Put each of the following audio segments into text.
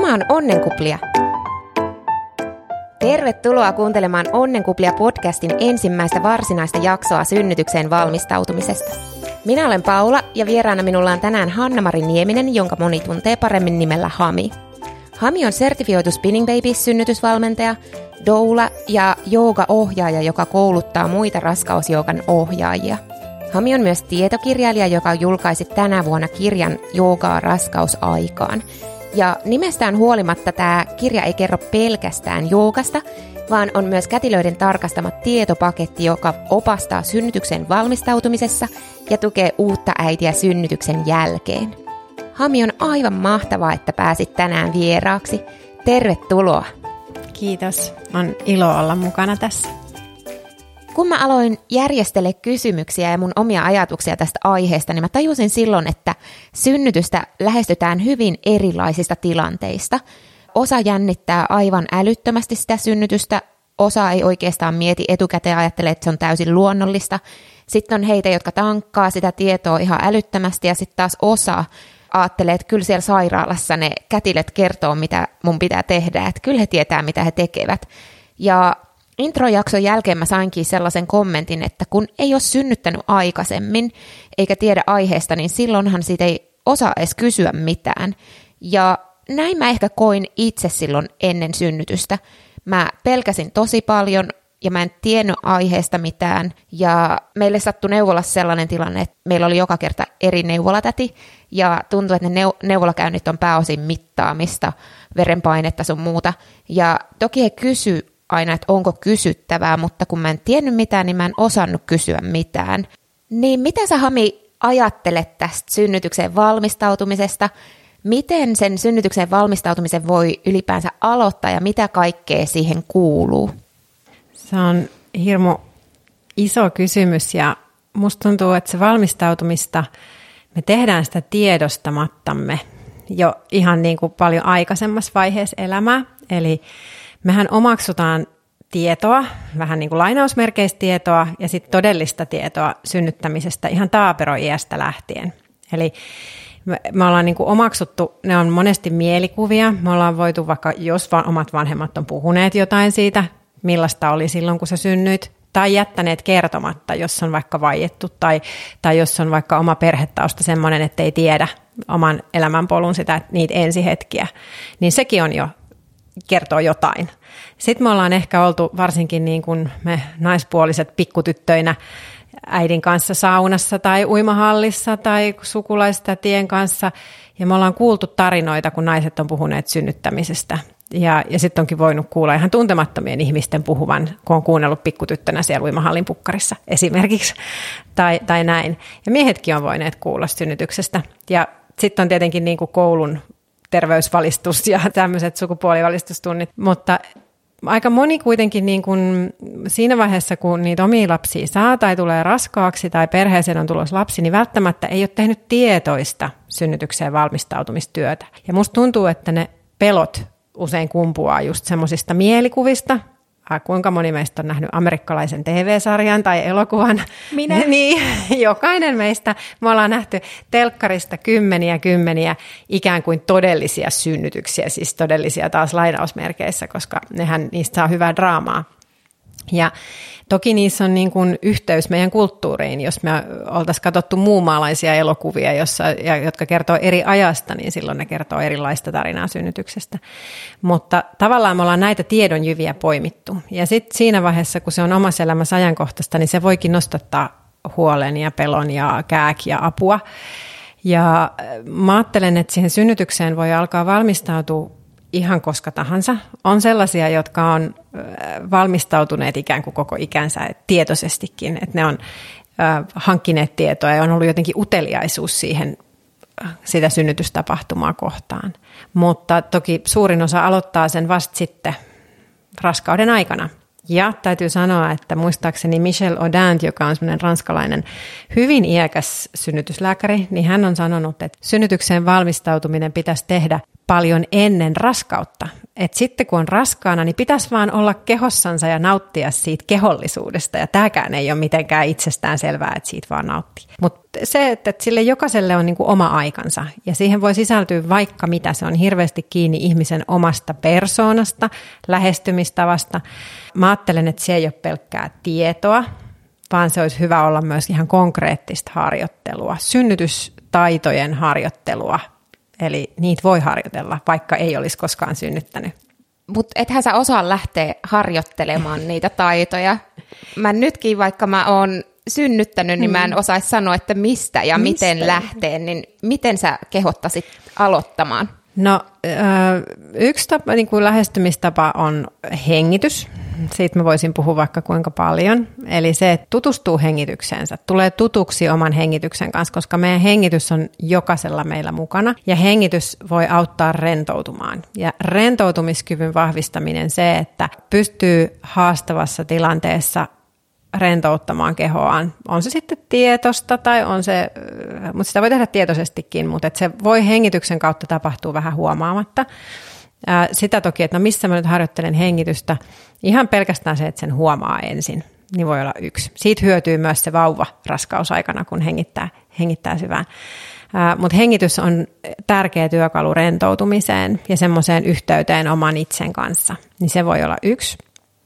Tämä on Onnenkuplia. Tervetuloa kuuntelemaan Onnenkuplia podcastin ensimmäistä varsinaista jaksoa synnytykseen valmistautumisesta. Minä olen Paula ja vieraana minulla on tänään Hanna-Mari Nieminen, jonka moni tuntee paremmin nimellä Hami. Hami on sertifioitu Spinning Babies-synnytysvalmentaja, doula ja joogaohjaaja, joka kouluttaa muita raskausjoogan ohjaajia. Hami on myös tietokirjailija, joka julkaisi tänä vuonna kirjan Joogaa raskausaikaan. Ja nimestään huolimatta tämä kirja ei kerro pelkästään joogasta, vaan on myös kätilöiden tarkastama tietopaketti, joka opastaa synnytyksen valmistautumisessa ja tukee uutta äitiä synnytyksen jälkeen. Hami, on aivan mahtavaa, että pääsit tänään vieraaksi. Tervetuloa. Kiitos. On ilo olla mukana tässä. Kun mä aloin järjestellä kysymyksiä ja mun omia ajatuksia tästä aiheesta, niin mä tajusin silloin, että synnytystä lähestytään hyvin erilaisista tilanteista. Osa jännittää aivan älyttömästi sitä synnytystä, osa ei oikeastaan mieti etukäteen ja ajattelee, että se on täysin luonnollista. Sitten on heitä, jotka tankkaa sitä tietoa ihan älyttömästi ja sitten taas osa ajattelee, että kyllä siellä sairaalassa ne kätilöt kertoo, mitä mun pitää tehdä, että kyllä he tietää, mitä he tekevät. Ja introjakson jälkeen mä sainkin sellaisen kommentin, että kun ei ole synnyttänyt aikaisemmin eikä tiedä aiheesta, niin silloinhan siitä ei osaa edes kysyä mitään. Ja näin mä ehkä koin itse silloin ennen synnytystä. Mä pelkäsin tosi paljon ja mä en tiennyt aiheesta mitään. Ja meille sattui neuvolassa sellainen tilanne, että meillä oli joka kerta eri neuvolatäti. Ja tuntui, että ne neuvolakäynnit on pääosin mittaamista, verenpainetta sun muuta. Ja toki he kysyivät aina, että onko kysyttävää, mutta kun mä en tiennyt mitään, niin mä en osannut kysyä mitään. Niin mitä sä, Hami, ajattelet tästä synnytykseen valmistautumisesta? Miten sen synnytykseen valmistautumisen voi ylipäänsä aloittaa ja mitä kaikkea siihen kuuluu? Se on hirmu iso kysymys ja musta tuntuu, että se valmistautumista, me tehdään sitä tiedostamattamme jo ihan niin kuin paljon aikaisemmassa vaiheessa elämää. Eli mehän omaksutaan tietoa, vähän niin kuin lainausmerkeistä tietoa ja sitten todellista tietoa synnyttämisestä ihan taaperoiästä lähtien. Eli me ollaan niin kuin omaksuttu, ne on monesti mielikuvia. Me ollaan voitu vaikka, jos omat vanhemmat on puhuneet jotain siitä, millaista oli silloin, kun sä synnyit, tai jättäneet kertomatta, jos on vaikka vaiettu, tai jos on vaikka oma perhetausta semmoinen, että ei tiedä oman elämänpolun niitä ensihetkiä, niin sekin on jo kertoo jotain. Sitten me ollaan ehkä oltu varsinkin niin kuin me naispuoliset pikkutyttöinä äidin kanssa saunassa tai uimahallissa tai sukulaistätien kanssa. Ja me ollaan kuultu tarinoita, kun naiset on puhuneet synnyttämisestä. Ja sitten onkin voinut kuulla ihan tuntemattomien ihmisten puhuvan, kun on kuunnellut pikkutyttönä siellä uimahallin pukkarissa esimerkiksi. Tai näin. Ja miehetkin on voineet kuulla synnytyksestä. Ja sitten on tietenkin niin kuin koulun terveysvalistus ja tämmöiset sukupuolivalistustunnit, mutta aika moni kuitenkin niin kuin siinä vaiheessa, kun niitä omia lapsia saa tai tulee raskaaksi tai perheeseen on tulossa lapsi, niin välttämättä ei ole tehnyt tietoista synnytykseen valmistautumistyötä. Ja musta tuntuu, että ne pelot usein kumpuaa just semmoisista mielikuvista. Kuinka moni meistä on nähnyt amerikkalaisen TV-sarjan tai elokuvan? Minä? Niin, jokainen meistä. Me ollaan nähty telkkarista kymmeniä ikään kuin todellisia synnytyksiä, siis todellisia taas lainausmerkeissä, koska niistä saa hyvää draamaa. Ja toki niissä on niin kuin yhteys meidän kulttuuriin. Jos me oltaisiin katsottu muumaalaisia elokuvia, jotka kertoo eri ajasta, niin silloin ne kertoo erilaista tarinaa synnytyksestä. Mutta tavallaan me ollaan näitä tiedonjyviä poimittu. Ja sitten siinä vaiheessa, kun se on omassa elämässä ajankohtaista, niin se voikin nostattaa huolen ja pelon ja ja apua. Ja mä ajattelen, että siihen synnytykseen voi alkaa valmistautua ihan koska tahansa. On sellaisia, jotka on valmistautuneet ikään kuin koko ikänsä tietoisestikin, että ne on hankkineet tietoa ja on ollut jotenkin uteliaisuus sitä synnytystapahtumaa kohtaan. Mutta toki suurin osa aloittaa sen vasta sitten raskauden aikana. Ja täytyy sanoa, että muistaakseni Michel Audin, joka on semmoinen ranskalainen hyvin iäkäs synnytyslääkäri, niin hän on sanonut, että synnytykseen valmistautuminen pitäisi tehdä paljon ennen raskautta. Et sitten kun on raskaana, niin pitäisi vaan olla kehossansa ja nauttia siitä kehollisuudesta. Ja tämäkään ei ole mitenkään itsestään selvää, että siitä vaan nauttii. Mutta se, että sille jokaiselle on niinku oma aikansa ja siihen voi sisältyä vaikka mitä. Se on hirveästi kiinni ihmisen omasta persoonasta, lähestymistavasta. Mä ajattelen, että se ei ole pelkkää tietoa, vaan se olisi hyvä olla myös ihan konkreettista harjoittelua, synnytystaitojen harjoittelua. Eli niitä voi harjoitella, vaikka ei olisi koskaan synnyttänyt. Mutta ethän sä osaa lähteä harjoittelemaan niitä taitoja. Mä nytkin, vaikka mä oon synnyttänyt, niin mä en osaisi sanoa, että mistä ja miten lähtee. Niin miten sä kehottaisit aloittamaan? No yksi tapa, niin kuin lähestymistapa on hengitys. Siitä mä voisin puhua vaikka kuinka paljon. Eli se, että tutustuu hengitykseensä, tulee tutuksi oman hengityksen kanssa, koska meidän hengitys on jokaisella meillä mukana. Ja hengitys voi auttaa rentoutumaan. Ja rentoutumiskyvyn vahvistaminen se, että pystyy haastavassa tilanteessa rentouttamaan kehoaan. On se sitten tietosta tai on se, mutta sitä voi tehdä tietoisestikin, mutta että se voi hengityksen kautta tapahtua vähän huomaamatta. Sitä toki, että no missä mä nyt harjoittelen hengitystä, ihan pelkästään se, että sen huomaa ensin, niin voi olla yksi. Siitä hyötyy myös se vauva raskausaikana, kun hengittää syvään. Mutta hengitys on tärkeä työkalu rentoutumiseen ja semmoiseen yhteyteen oman itsen kanssa, niin se voi olla yksi.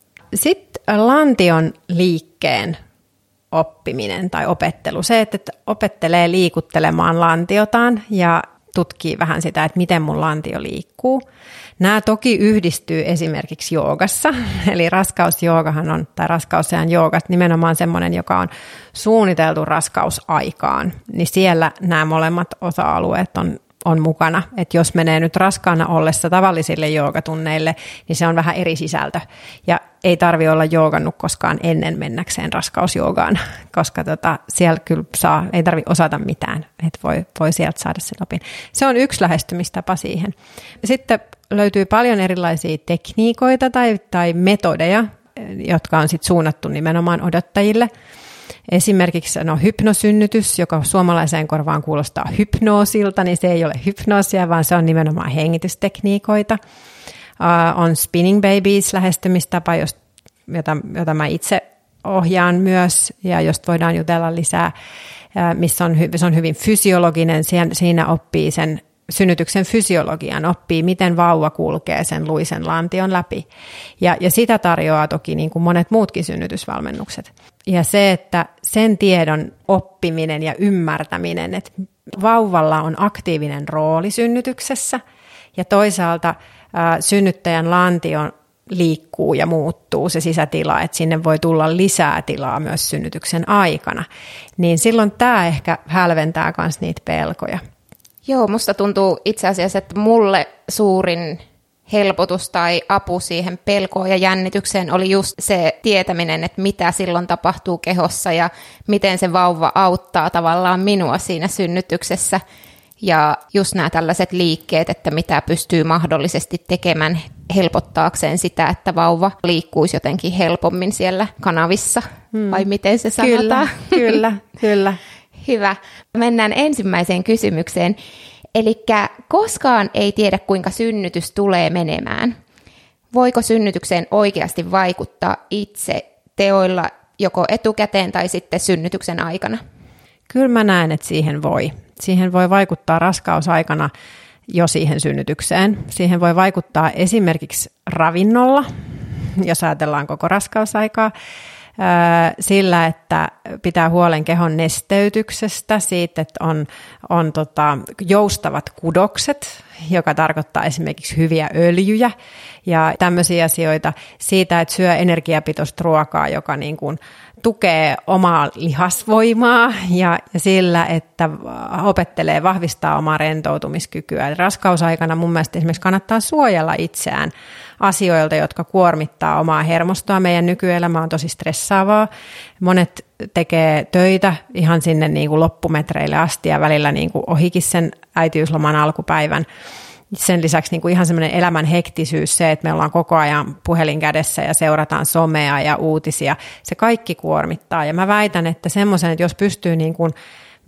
Sitten lantion liikkeen oppiminen tai opettelu. Se, että opettelee liikuttelemaan lantiotaan ja tutkii vähän sitä, että miten mun lantio liikkuu. Nämä toki yhdistyy esimerkiksi joogassa, eli raskausjoogahan on, tai raskausajan joogat nimenomaan semmoinen, joka on suunniteltu raskausaikaan, niin siellä nämä molemmat osa-alueet on mukana. Että jos menee nyt raskaana ollessa tavallisille joogatunneille, niin se on vähän eri sisältö. Ja ei tarvitse olla joogannut koskaan ennen mennäkseen raskausjoogaan, koska siellä kyllä ei tarvitse osata mitään, että voi sieltä saada sen opin. Se on yksi lähestymistapa siihen. Sitten löytyy paljon erilaisia tekniikoita tai metodeja, jotka on sitten suunnattu nimenomaan odottajille. Esimerkiksi hypnosynnytys, joka suomalaiseen korvaan kuulostaa hypnoosilta, niin se ei ole hypnoosia, vaan se on nimenomaan hengitystekniikoita. On spinning babies -lähestymistapa, jota mä itse ohjaan myös ja josta voidaan jutella lisää, missä se on hyvin fysiologinen. Siinä oppii sen synnytyksen fysiologian, oppii miten vauva kulkee sen luisen lantion läpi. Ja sitä tarjoaa toki niin kuin monet muutkin synnytysvalmennukset. Ja se, että sen tiedon oppiminen ja ymmärtäminen, että vauvalla on aktiivinen rooli synnytyksessä ja toisaalta synnyttäjän lantio liikkuu ja muuttuu se sisätila, että sinne voi tulla lisää tilaa myös synnytyksen aikana, niin silloin tämä ehkä hälventää myös niitä pelkoja. Joo, musta tuntuu itse asiassa, että mulle suurin helpotus tai apu siihen pelkoon ja jännitykseen oli just se tietäminen, että mitä silloin tapahtuu kehossa ja miten se vauva auttaa tavallaan minua siinä synnytyksessä. Ja just nämä tällaiset liikkeet, että mitä pystyy mahdollisesti tekemään helpottaakseen sitä, että vauva liikkuisi jotenkin helpommin siellä kanavissa, vai miten se sanotaan? Kyllä. Hyvä. Mennään ensimmäiseen kysymykseen. Elikkä koskaan ei tiedä, kuinka synnytys tulee menemään. Voiko synnytykseen oikeasti vaikuttaa itse teoilla joko etukäteen tai sitten synnytyksen aikana? Kyllä mä näen, että siihen voi. Siihen voi vaikuttaa raskausaikana jo siihen synnytykseen. Siihen voi vaikuttaa esimerkiksi ravinnolla, jos ajatellaan koko raskausaikaa. Sillä, että pitää huolen kehon nesteytyksestä, siitä, että on joustavat kudokset, joka tarkoittaa esimerkiksi hyviä öljyjä ja tämmöisiä asioita. Siitä, että syö energiapitoista ruokaa, joka niin kuin tukee omaa lihasvoimaa ja sillä, että opettelee vahvistaa omaa rentoutumiskykyä. Raskausaikana mun mielestä esimerkiksi kannattaa suojella itseään asioilta, jotka kuormittaa omaa hermostoa. Meidän nykyelämä on tosi stressaavaa. Monet tekee töitä ihan sinne niin kuin loppumetreille asti ja välillä niin kuin ohikin sen äitiysloman alkupäivän. Sen lisäksi niin kuin ihan semmoinen elämän hektisyys, se, että me ollaan koko ajan puhelin kädessä ja seurataan somea ja uutisia, se kaikki kuormittaa. Ja mä väitän, että semmoisen, että jos pystyy niin kuin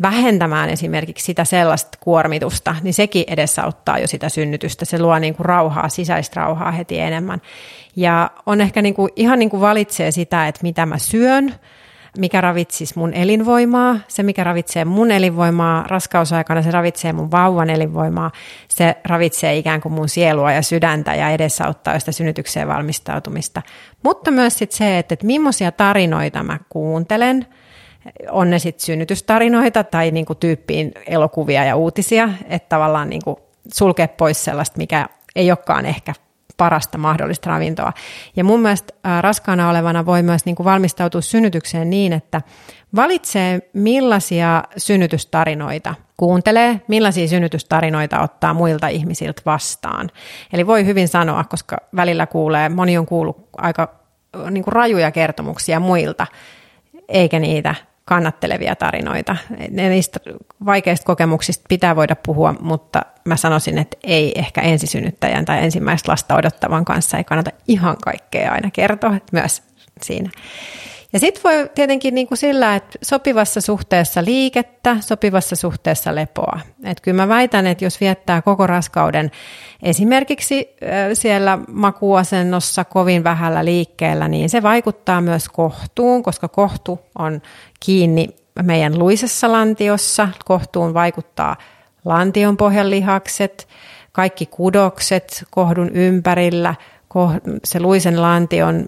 vähentämään esimerkiksi sitä sellaista kuormitusta, niin sekin edesauttaa jo sitä synnytystä. Se luo niin kuin rauhaa, sisäistä rauhaa heti enemmän. Ja on ehkä niin kuin, ihan niin kuin valitsee sitä, että mitä mä syön, mikä ravitsisi mun elinvoimaa. Se, mikä ravitsee mun elinvoimaa raskausaikana, se ravitsee mun vauvan elinvoimaa. Se ravitsee ikään kuin mun sielua ja sydäntä ja edesauttaa sitä synnytykseen valmistautumista. Mutta myös sit se, että millaisia tarinoita mä kuuntelen, on ne sitten synnytystarinoita tai niinku tyyppiin elokuvia ja uutisia, että tavallaan niinku sulkee pois sellaista, mikä ei olekaan ehkä parasta mahdollista ravintoa. Ja mun mielestä raskaana olevana voi myös niinku valmistautua synnytykseen niin, että valitsee millaisia synnytystarinoita kuuntelee, millaisia synnytystarinoita ottaa muilta ihmisiltä vastaan. Eli voi hyvin sanoa, koska välillä moni on kuullut aika niinku rajuja kertomuksia muilta, eikä niitä kannattelevia tarinoita. Niistä vaikeista kokemuksista pitää voida puhua, mutta mä sanoisin, että ei ehkä ensisynnyttäjän tai ensimmäistä lasta odottavan kanssa ei kannata ihan kaikkea aina kertoa myös siinä. Ja sitten voi tietenkin niin kuin sillä, että sopivassa suhteessa liikettä, sopivassa suhteessa lepoa. Että kyllä mä väitän, että jos viettää koko raskauden esimerkiksi siellä makuuasennossa kovin vähällä liikkeellä, niin se vaikuttaa myös kohtuun, koska kohtu on kiinni meidän luisessa lantiossa. Kohtuun vaikuttaa lantion pohjan lihakset, kaikki kudokset kohdun ympärillä, se luisen lantion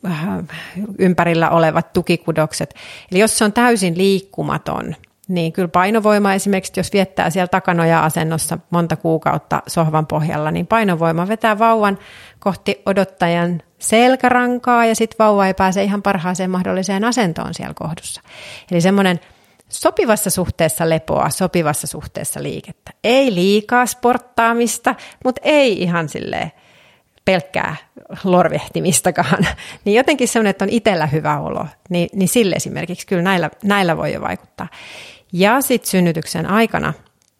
ympärillä olevat tukikudokset. Eli jos se on täysin liikkumaton, niin kyllä painovoima esimerkiksi, jos viettää siellä takanoja-asennossa monta kuukautta sohvan pohjalla, niin painovoima vetää vauvan kohti odottajan selkärankaa ja sitten vauva ei pääse ihan parhaaseen mahdolliseen asentoon siellä kohdussa. Eli semmoinen sopivassa suhteessa lepoa, sopivassa suhteessa liikettä. Ei liikaa sporttaamista, mutta ei ihan silleen pelkkää lorvehtimistakaan, niin jotenkin semmoinen, että on itsellä hyvä olo, niin sille esimerkiksi kyllä näillä voi jo vaikuttaa. Ja sitten synnytyksen aikana,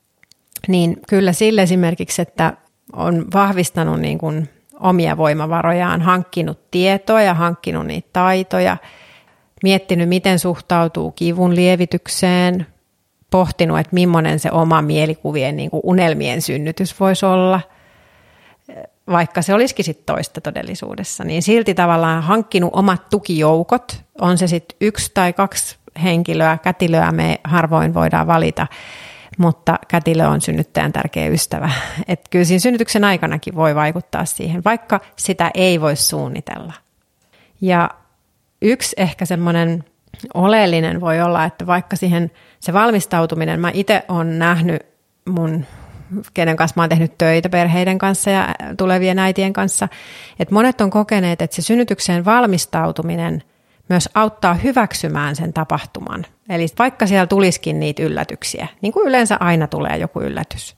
niin kyllä sille esimerkiksi, että on vahvistanut niin kuin omia voimavarojaan, hankkinut tietoa ja hankkinut niitä taitoja, miettinyt, miten suhtautuu kivun lievitykseen, pohtinut, että millainen se oma mielikuvien niin kuin unelmien synnytys voisi olla, vaikka se olisikin sitten toista todellisuudessa, niin silti tavallaan hankkinut omat tukijoukot, on se sitten 1 tai 2 henkilöä, kätilöä me harvoin voidaan valita, mutta kätilö on synnyttäjän tärkeä ystävä. Että kyllä siinä synnytyksen aikanakin voi vaikuttaa siihen, vaikka sitä ei voi suunnitella. Ja yksi ehkä semmoinen oleellinen voi olla, että vaikka siihen se valmistautuminen, mä itse olen nähnyt kenen kanssa mä oon tehnyt töitä perheiden kanssa ja tulevien äitien kanssa, että monet on kokeneet, että se synnytykseen valmistautuminen myös auttaa hyväksymään sen tapahtuman. Eli vaikka siellä tulisikin niitä yllätyksiä, niin kuin yleensä aina tulee joku yllätys,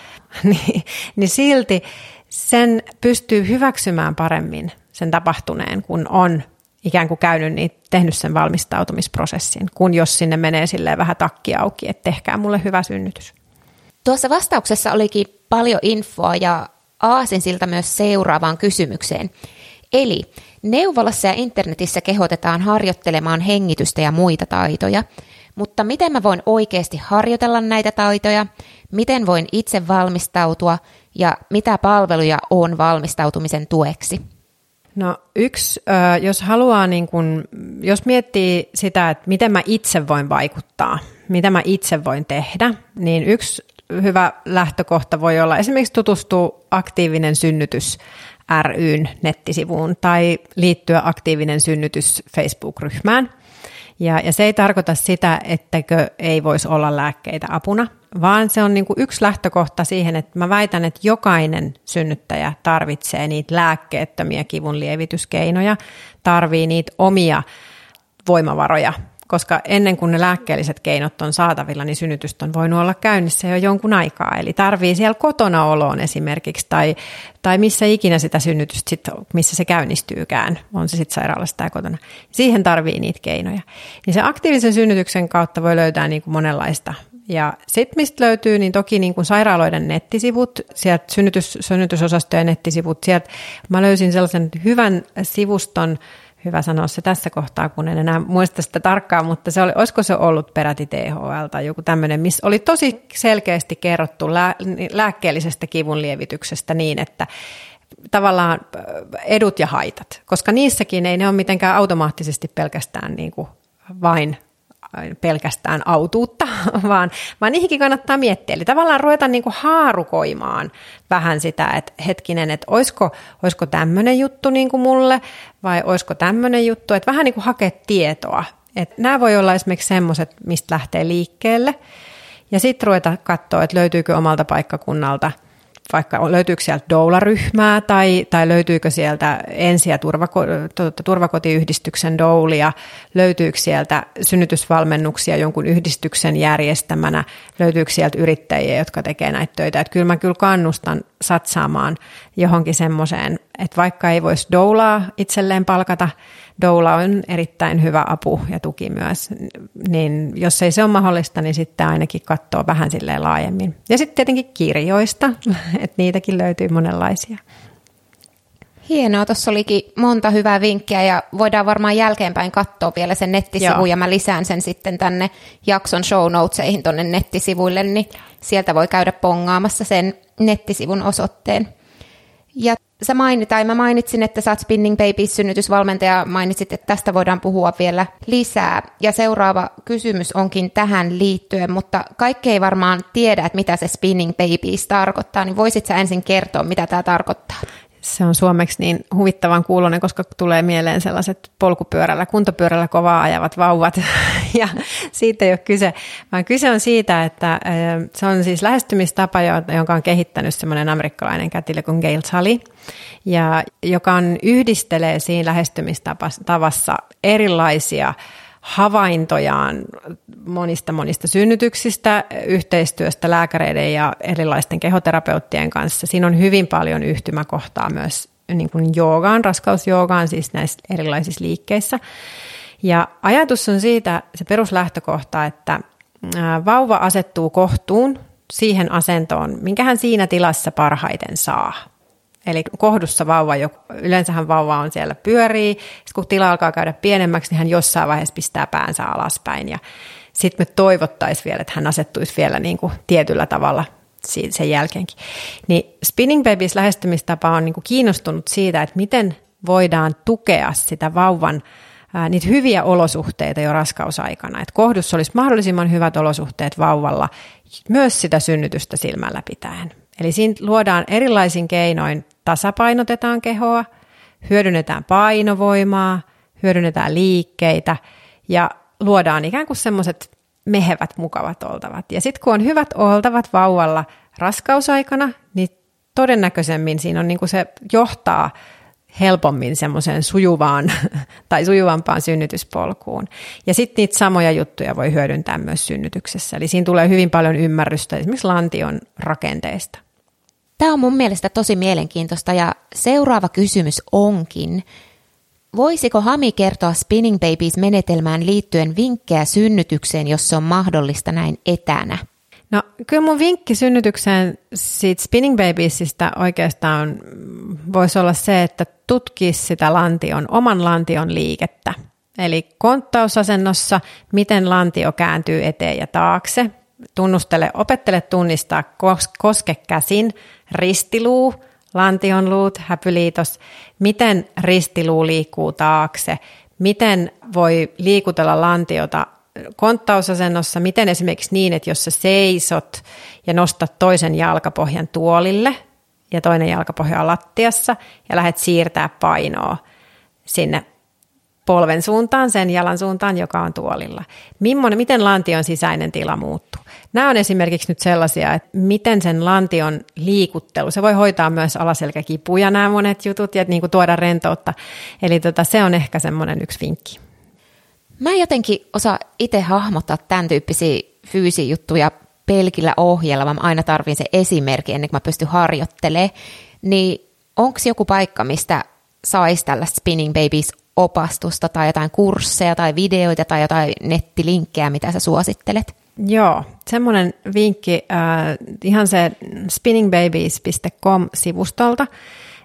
niin silti sen pystyy hyväksymään paremmin sen tapahtuneen, kun on ikään kuin tehnyt sen valmistautumisprosessin, kun jos sinne menee silleen vähän takki auki, että tehkää mulle hyvä synnytys. Tuossa vastauksessa olikin paljon infoa ja aasinsilta myös seuraavaan kysymykseen. Eli neuvolassa ja internetissä kehotetaan harjoittelemaan hengitystä ja muita taitoja, mutta miten mä voin oikeasti harjoitella näitä taitoja, miten voin itse valmistautua ja mitä palveluja on valmistautumisen tueksi? No yksi, jos haluaa, jos miettii sitä, että miten mä itse voin vaikuttaa, mitä mä itse voin tehdä, niin yksi hyvä lähtökohta voi olla esimerkiksi tutustua Aktiivinen synnytys ry:n nettisivuun tai liittyä Aktiivinen synnytys Facebook-ryhmään. Ja se ei tarkoita sitä, ettäkö ei voisi olla lääkkeitä apuna, vaan se on yksi lähtökohta siihen, että mä väitän, että jokainen synnyttäjä tarvitsee niitä lääkkeettömiä kivunlievityskeinoja, tarvii niitä omia voimavaroja, koska ennen kuin ne lääkkeelliset keinot on saatavilla, niin synnytystä on voinut olla käynnissä jo jonkun aikaa. Eli tarvii siellä kotona oloon esimerkiksi tai missä ikinä sitä synnytystä, missä se käynnistyykään, on se sitten sairaalassa tai kotona. Siihen tarvii niitä keinoja. Niin se aktiivisen synnytyksen kautta voi löytää monenlaista. Ja sitten mistä löytyy, niin toki sairaaloiden nettisivut, sieltä synnytysosastojen nettisivut, sieltä mä löysin sellaisen hyvän sivuston, hyvä sanoa se tässä kohtaa, kun en enää muista sitä tarkkaan, mutta olisiko se ollut peräti THL tai joku tämmöinen, missä oli tosi selkeästi kerrottu lääkkeellisestä kivunlievityksestä niin, että tavallaan edut ja haitat, koska niissäkin ei ne ole mitenkään automaattisesti pelkästään niin kuin vain pelkästään autuutta, vaan niihinkin kannattaa miettiä. Eli tavallaan ruveta niin kuin haarukoimaan vähän sitä, että hetkinen, että olisiko tämmöinen juttu niin kuin mulle vai olisiko tämmöinen juttu, että vähän niin kuin hakea tietoa. Että nämä voi olla esimerkiksi semmoiset, mistä lähtee liikkeelle ja sitten ruveta katsoa, että löytyykö omalta paikkakunnalta vaikka löytyykö sieltä doula-ryhmää tai löytyykö sieltä ensi- ja turvakotiyhdistyksen doulia, löytyykö sieltä synnytysvalmennuksia jonkun yhdistyksen järjestämänä, löytyykö sieltä yrittäjiä, jotka tekee näitä töitä. Että kyllä mä kyllä kannustan satsaamaan johonkin semmoiseen, että vaikka ei voisi doulaa itselleen palkata, doula on erittäin hyvä apu ja tuki myös, niin jos ei se ole mahdollista, niin sitten ainakin katsoo vähän silleen laajemmin. Ja sitten tietenkin kirjoista, että niitäkin löytyy monenlaisia. Hienoa, tuossa olikin monta hyvää vinkkiä ja voidaan varmaan jälkeenpäin katsoa vielä sen nettisivu ja mä lisään sen sitten tänne jakson show notesihin tuonne nettisivuille, niin sieltä voi käydä pongaamassa sen nettisivun osoitteen. Ja mä mainitsin, että sä oot Spinning Babies -synnytysvalmentaja, mainitsit, että tästä voidaan puhua vielä lisää. Ja seuraava kysymys onkin tähän liittyen, mutta kaikki ei varmaan tiedä, että mitä se Spinning Babies tarkoittaa, niin voisit sä ensin kertoa, mitä tämä tarkoittaa? Se on suomeksi niin huvittavan kuuloinen, koska tulee mieleen sellaiset polkupyörällä, kuntopyörällä kovaa ajavat vauvat. Ja siitä ei ole kyse, vaan kyse on siitä, että se on siis lähestymistapa, jonka on kehittänyt semmoinen amerikkalainen kätilö kuin Gail Tully, ja joka yhdistelee siinä lähestymistavassa erilaisia havaintojaan monista synnytyksistä, yhteistyöstä lääkäreiden ja erilaisten kehoterapeuttien kanssa. Siinä on hyvin paljon yhtymäkohtaa myös niin kuin joogaan, raskausjoogaan, siis näissä erilaisissa liikkeissä. Ja ajatus on siitä, se peruslähtökohta, että vauva asettuu kohtuun siihen asentoon, minkä hän siinä tilassa parhaiten saa. Eli kohdussa yleensähän vauva on siellä pyörii, sitten kun tila alkaa käydä pienemmäksi, niin hän jossain vaiheessa pistää päänsä alaspäin. Ja sitten me toivottaisiin vielä, että hän asettuisi vielä niin kuin tietyllä tavalla sen jälkeenkin. Niin Spinning Babies -lähestymistapa on niin kuin kiinnostunut siitä, että miten voidaan tukea sitä vauvan niitä hyviä olosuhteita jo raskausaikana. Että kohdussa olisi mahdollisimman hyvät olosuhteet vauvalla, myös sitä synnytystä silmällä pitäen. Eli siinä luodaan erilaisin keinoin, tasapainotetaan kehoa, hyödynnetään painovoimaa, hyödynnetään liikkeitä ja luodaan ikään kuin semmoiset mehevät, mukavat oltavat. Ja sitten kun on hyvät oltavat vauvalla raskausaikana, niin todennäköisemmin siinä on niin kuin se johtaa helpommin semmoiseen sujuvaan tai sujuvampaan synnytyspolkuun. Ja sitten niitä samoja juttuja voi hyödyntää myös synnytyksessä. Eli siinä tulee hyvin paljon ymmärrystä esimerkiksi lantion rakenteesta. Tämä on mun mielestä tosi mielenkiintoista ja seuraava kysymys onkin, voisiko Hami kertoa Spinning Babies -menetelmään liittyen vinkkejä synnytykseen, jos se on mahdollista näin etänä? No kyllä mun vinkki synnytykseen siitä Spinning Babiesista oikeastaan voisi olla se, että tutkisi sitä oman lantion liikettä. Eli konttausasennossa, miten lantio kääntyy eteen ja taakse. Opettele tunnistaa koske käsin, ristiluu, lantionluut, häpyliitos, miten ristiluu liikkuu taakse, miten voi liikutella lantiota konttausasennossa, miten esimerkiksi niin, että jos sä seisot ja nostat toisen jalkapohjan tuolille ja toinen jalkapohja on lattiassa ja lähdet siirtää painoa sinne polven suuntaan, sen jalan suuntaan, joka on tuolilla. Miten lantion sisäinen tila muuttuu? Nämä on esimerkiksi nyt sellaisia, että miten sen lantion liikuttelu, se voi hoitaa myös alaselkäkipuja nämä monet jutut ja niin kuin tuoda rentoutta. Eli se on ehkä semmoinen yksi vinkki. Mä jotenkin osaa itse hahmottaa tämän tyyppisiä fyysisiä juttuja pelkillä ohjeella, mä aina tarvin se esimerkki ennen kuin mä pystyn harjoittelemaan. Niin onko joku paikka, mistä saisi tällaista Spinning Babies -opastusta tai jotain kursseja tai videoita tai jotain nettilinkkejä, mitä sä suosittelet? Joo, semmoinen vinkki ihan se spinningbabies.com-sivustolta.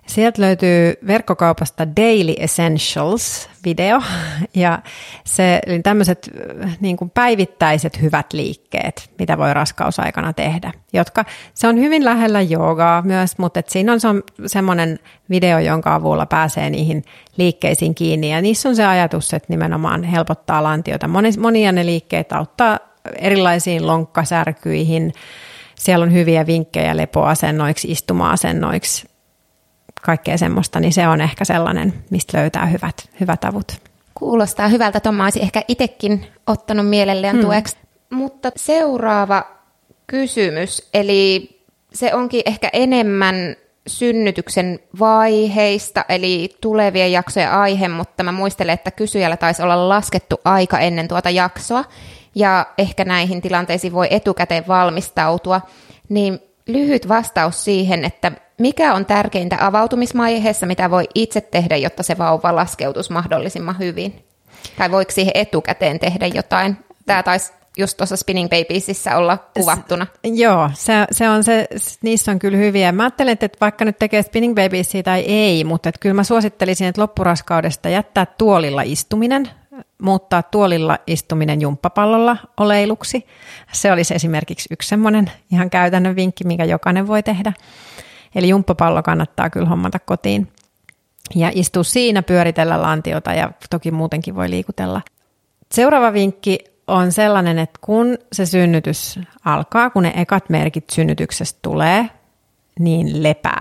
Sieltä löytyy verkkokaupasta Daily Essentials-video, ja eli tämmöiset niin kuin päivittäiset hyvät liikkeet, mitä voi raskausaikana tehdä, se on hyvin lähellä joogaa myös, mutta siinä on semmoinen video, jonka avulla pääsee niihin liikkeisiin kiinni, ja niissä on se ajatus, että nimenomaan helpottaa lantiota. Monia ne liikkeet auttaa erilaisiin lonkkasärkyihin, siellä on hyviä vinkkejä lepoasennoiksi, istuma-asennoiksi, kaikkea semmoista, niin se on ehkä sellainen, mistä löytää hyvät avut. Kuulostaa hyvältä, Tomma olisi ehkä itsekin ottanut mielelleen tueksi. Mutta seuraava kysymys, eli se onkin ehkä enemmän synnytyksen vaiheista, eli tulevien jaksojen aihe, mutta mä muistelen, että kysyjällä taisi olla laskettu aika ennen tuota jaksoa, ja ehkä näihin tilanteisiin voi etukäteen valmistautua, niin lyhyt vastaus siihen, että mikä on tärkeintä avautumisvaiheessa, mitä voi itse tehdä, jotta se vauva laskeutuisi mahdollisimman hyvin? Tai voiko siihen etukäteen tehdä jotain? Tämä taisi just tuossa Spinning Babiesissä olla kuvattuna. Joo, niissä on kyllä hyviä. Mä ajattelen, että vaikka nyt tekee Spinning Babiesia tai ei, mutta että kyllä mä suosittelisin, että loppuraskaudesta jättää tuolilla istuminen, muuttaa tuolilla istuminen jumppapallolla oleiluksi. Se olisi esimerkiksi yksi semmoinen ihan käytännön vinkki, minkä jokainen voi tehdä. Eli jumppapallo kannattaa kyllä hommata kotiin ja istua siinä, pyöritellä lantiota ja toki muutenkin voi liikutella. Seuraava vinkki on sellainen, että kun se synnytys alkaa, kun ne ekat merkit synnytyksestä tulee, niin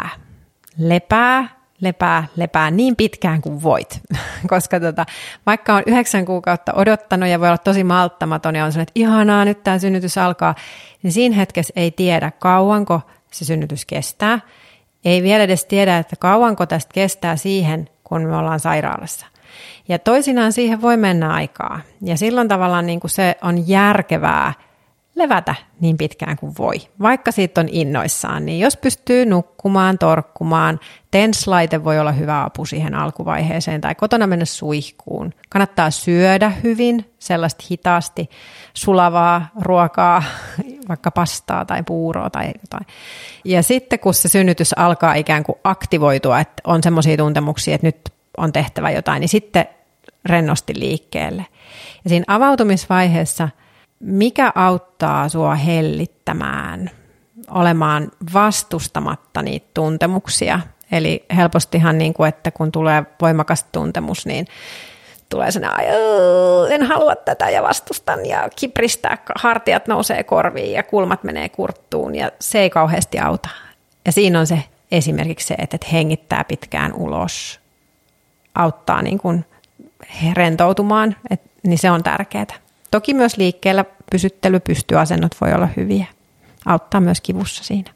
lepää niin pitkään kuin voit. Koska vaikka on 9 kuukautta odottanut ja voi olla tosi malttamaton ja on sellainen, että ihanaa, nyt tämä synnytys alkaa, niin siinä hetkessä ei tiedä, kauanko se synnytys kestää. Ei vielä edes tiedä, että kauanko tästä kestää siihen, kun me ollaan sairaalassa. Ja toisinaan siihen voi mennä aikaa. Ja silloin tavallaan niin kuin se on järkevää levätä niin pitkään kuin voi. Vaikka siitä on innoissaan, niin jos pystyy nukkumaan, torkkumaan, TENS-laite voi olla hyvä apu siihen alkuvaiheeseen tai kotona mennä suihkuun. Kannattaa syödä hyvin, sellaista hitaasti sulavaa ruokaa, vaikka pastaa tai puuroa tai jotain. Ja sitten kun se synnytys alkaa ikään kuin aktivoitua, että on semmoisia tuntemuksia, että nyt on tehtävä jotain, niin sitten rennosti liikkeelle. Ja siinä avautumisvaiheessa mikä auttaa sua hellittämään, olemaan vastustamatta niitä tuntemuksia? Eli helpostihan, niin kuin, että kun tulee voimakas tuntemus, niin tulee sellainen, en halua tätä ja vastustan ja kipristää, hartiat nousee korviin ja kulmat menee kurttuun ja se ei kauheasti auta. Ja siinä on se esimerkiksi se, että hengittää pitkään ulos, auttaa niin kuin rentoutumaan, niin se on tärkeää. Toki myös liikkeellä pysyttely, pystyasennot voi olla hyviä. Auttaa myös kivussa siinä.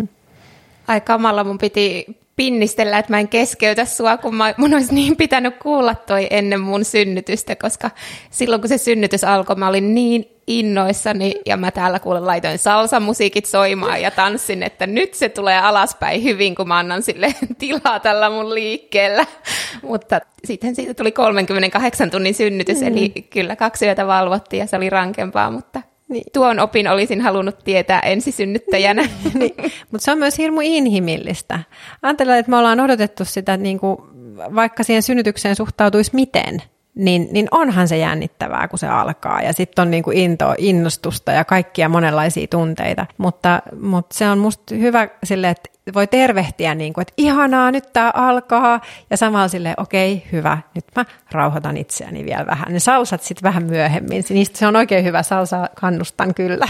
Ai kamala, mun piti pinnistellä, että mä en keskeytä sua, kun mun olisi niin pitänyt kuulla toi ennen mun synnytystä, koska silloin kun se synnytys alkoi, mä olin niin innoissani ja mä täällä laitoin salsamusiikit soimaan ja tanssin, että nyt se tulee alaspäin hyvin, kun mä annan sille tilaa tällä mun liikkeellä. Mutta sitten siitä tuli 38 tunnin synnytys, eli kyllä 2 yötä valvottiin ja se oli rankempaa, mutta niin. Tuon opin olisin halunnut tietää ensisynnyttäjänä. Niin. Mutta se on myös hirmu inhimillistä. Ajatellaan, että me ollaan odotettu sitä, niin kuin, vaikka siihen synnytykseen suhtautuisi miten, niin onhan se jännittävää, kun se alkaa. Ja sitten on niin kuin innostusta ja kaikkia monenlaisia tunteita. Mutta se on musta hyvä sille, että voi tervehtiä, niin kuin, että ihanaa, nyt tämä alkaa. Ja samalla silleen, okei, hyvä, nyt mä rauhoitan itseäni vielä vähän. Ne salsat sitten vähän myöhemmin. Niistä se on oikein hyvä salsa, kannustan kyllä.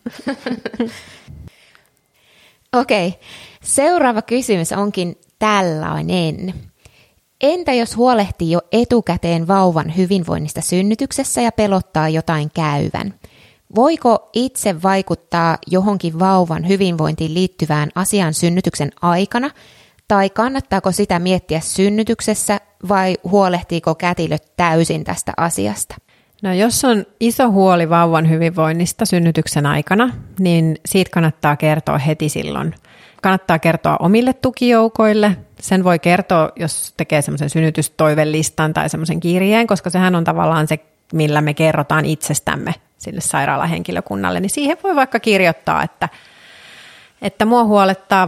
Okei, seuraava kysymys onkin tällainen. Entä jos huolehtii jo etukäteen vauvan hyvinvoinnista synnytyksessä ja pelottaa jotain käyvän? Voiko itse vaikuttaa johonkin vauvan hyvinvointiin liittyvään asiaan synnytyksen aikana, tai kannattaako sitä miettiä synnytyksessä, vai huolehtiiko kätilö täysin tästä asiasta? No jos on iso huoli vauvan hyvinvoinnista synnytyksen aikana, niin siitä kannattaa kertoa heti silloin. Kannattaa kertoa omille tukijoukoille. Sen voi kertoa, jos tekee semmoisen synnytystoivelistan tai semmoisen kirjeen, koska sehän on tavallaan se, millä me kerrotaan itsestämme sille sairaalahenkilökunnalle. Niin siihen voi vaikka kirjoittaa, että mua huolettaa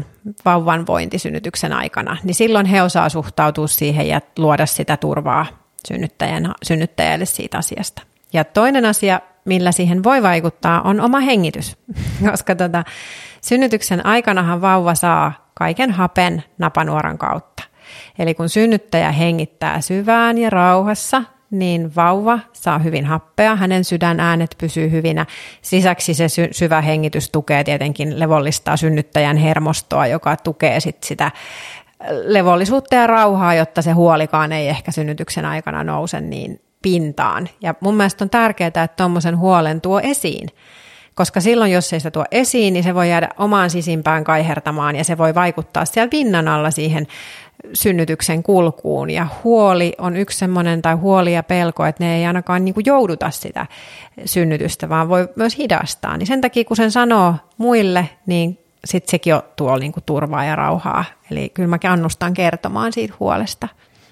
vauvan vointi synnytyksen aikana, niin silloin he osaa suhtautua siihen ja luoda sitä turvaa synnyttäjälle siitä asiasta. Ja toinen asia, millä siihen voi vaikuttaa, on oma hengitys, koska synnytyksen aikanahan vauva saa kaiken hapen napanuoran kautta. Eli kun synnyttäjä hengittää syvään ja rauhassa, niin vauva saa hyvin happea, hänen sydänäänet pysyy hyvinä. Lisäksi se syvä hengitys tukee tietenkin levollistaa synnyttäjän hermostoa, joka tukee sitä levollisuutta ja rauhaa, jotta se huolikaan ei ehkä synnytyksen aikana nouse niin pintaan. Ja mun mielestä on tärkeää, että tuommoisen huolen tuo esiin, koska silloin, jos ei sitä tuo esiin, niin se voi jäädä omaan sisimpään kaihertamaan ja se voi vaikuttaa siellä pinnan alla siihen synnytyksen kulkuun. Ja huoli on yksi semmoinen, tai huoli ja pelko, että ne ei ainakaan niin kuin jouduta sitä synnytystä, vaan voi myös hidastaa. Niin sen takia, kun sen sanoo muille, niin sitten sekin tuo niin kuin turvaa ja rauhaa. Eli kyllä mä kannustan kertomaan siitä huolesta.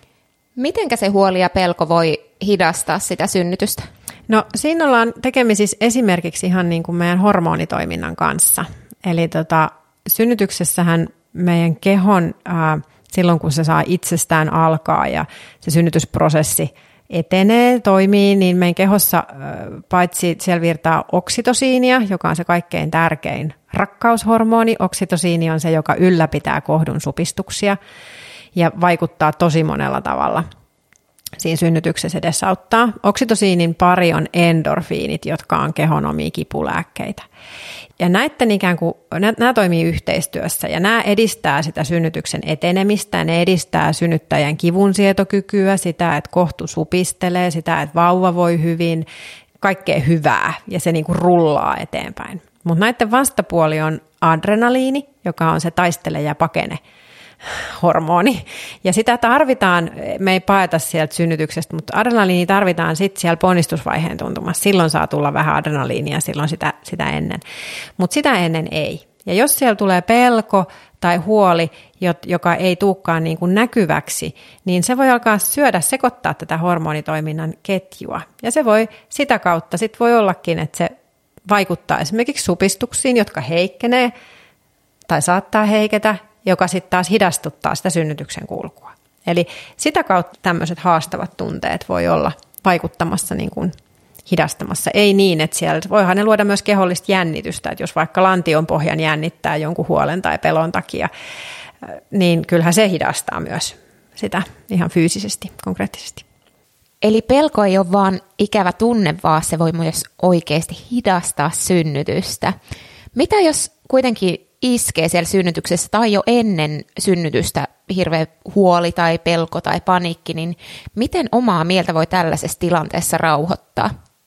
Mitenkä se huoli ja pelko voi hidastaa sitä synnytystä? No siinä ollaan tekemisissä esimerkiksi ihan niin kuin meidän hormonitoiminnan kanssa. Eli synnytyksessähän meidän kehon, silloin kun se saa itsestään alkaa ja se synnytysprosessi etenee, toimii, niin meidän kehossa paitsi siellä virtaa oksitosiinia, joka on se kaikkein tärkein rakkaushormoni. Oksitosiini on se, joka ylläpitää kohdun supistuksia ja vaikuttaa tosi monella tavalla. Siinä synnytyksessä edesauttaa. Oksitosiinin pari on endorfiinit, jotka on kehon omia kipulääkkeitä. Ja näiden ikään kuin, nämä toimii yhteistyössä ja nämä edistää sitä synnytyksen etenemistä ja ne edistää synnyttäjän kivunsietokykyä, sitä, että kohtu supistelee, sitä, että vauva voi hyvin, kaikkea hyvää ja se niin kuin rullaa eteenpäin. Mutta näiden vastapuoli on adrenaliini, joka on se taistele ja pakene hormoni. Ja sitä tarvitaan, me ei paeta sieltä synnytyksestä, mutta adrenaliini tarvitaan sitten siellä ponnistusvaiheen tuntumassa. Silloin saa tulla vähän adrenaliinia, silloin sitä ennen. Mutta sitä ennen ei. Ja jos siellä tulee pelko tai huoli, joka ei tulekaan niin kuin näkyväksi, niin se voi alkaa sekoittaa tätä hormonitoiminnan ketjua. Ja se voi sitä kautta, sitten voi ollakin, että se vaikuttaa esimerkiksi supistuksiin, jotka heikkenee tai saattaa heiketä, joka sitten taas hidastuttaa sitä synnytyksen kulkua. Eli sitä kautta tämmöiset haastavat tunteet voi olla vaikuttamassa, niin kuin hidastamassa. Ei niin, että siellä voihan ne luoda myös kehollista jännitystä, että jos vaikka lantion pohjan jännittää jonkun huolen tai pelon takia, niin kyllähän se hidastaa myös sitä ihan fyysisesti, konkreettisesti. Eli pelko ei ole vaan ikävä tunne, vaan se voi myös oikeasti hidastaa synnytystä. Mitä jos kuitenkin iskee siellä synnytyksessä tai jo ennen synnytystä hirveä huoli tai pelko tai paniikki, niin miten omaa mieltä voi tällaisessa tilanteessa rauhoittaa?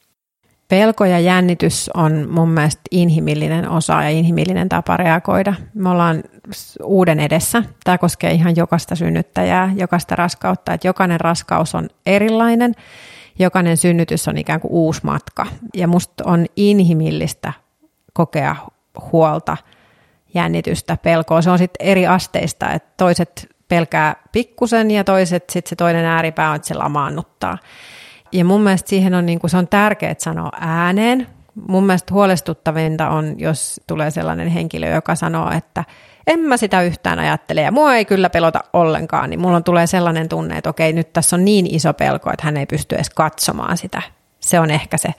Pelko ja jännitys on mun mielestä inhimillinen osa ja inhimillinen tapa reagoida. Me ollaan uuden edessä. Tämä koskee ihan jokaista synnyttäjää, jokaista raskautta, että jokainen raskaus on erilainen. Jokainen synnytys on ikään kuin uusi matka ja musta on inhimillistä kokea huolta, jännitystä, pelkoa. Se on sitten eri asteista, että toiset pelkää pikkusen ja toiset sitten se toinen ääripää on, että se lamaannuttaa. Ja mun mielestä siihen on, niin kuin, se on tärkeää sanoa ääneen. Mun mielestä huolestuttavinta on, jos tulee sellainen henkilö, joka sanoo, että en mä sitä yhtään ajattele ja mua ei kyllä pelota ollenkaan, niin mulla tulee sellainen tunne, että okei, nyt tässä on niin iso pelko, että hän ei pysty edes katsomaan sitä. Se on ehkä se,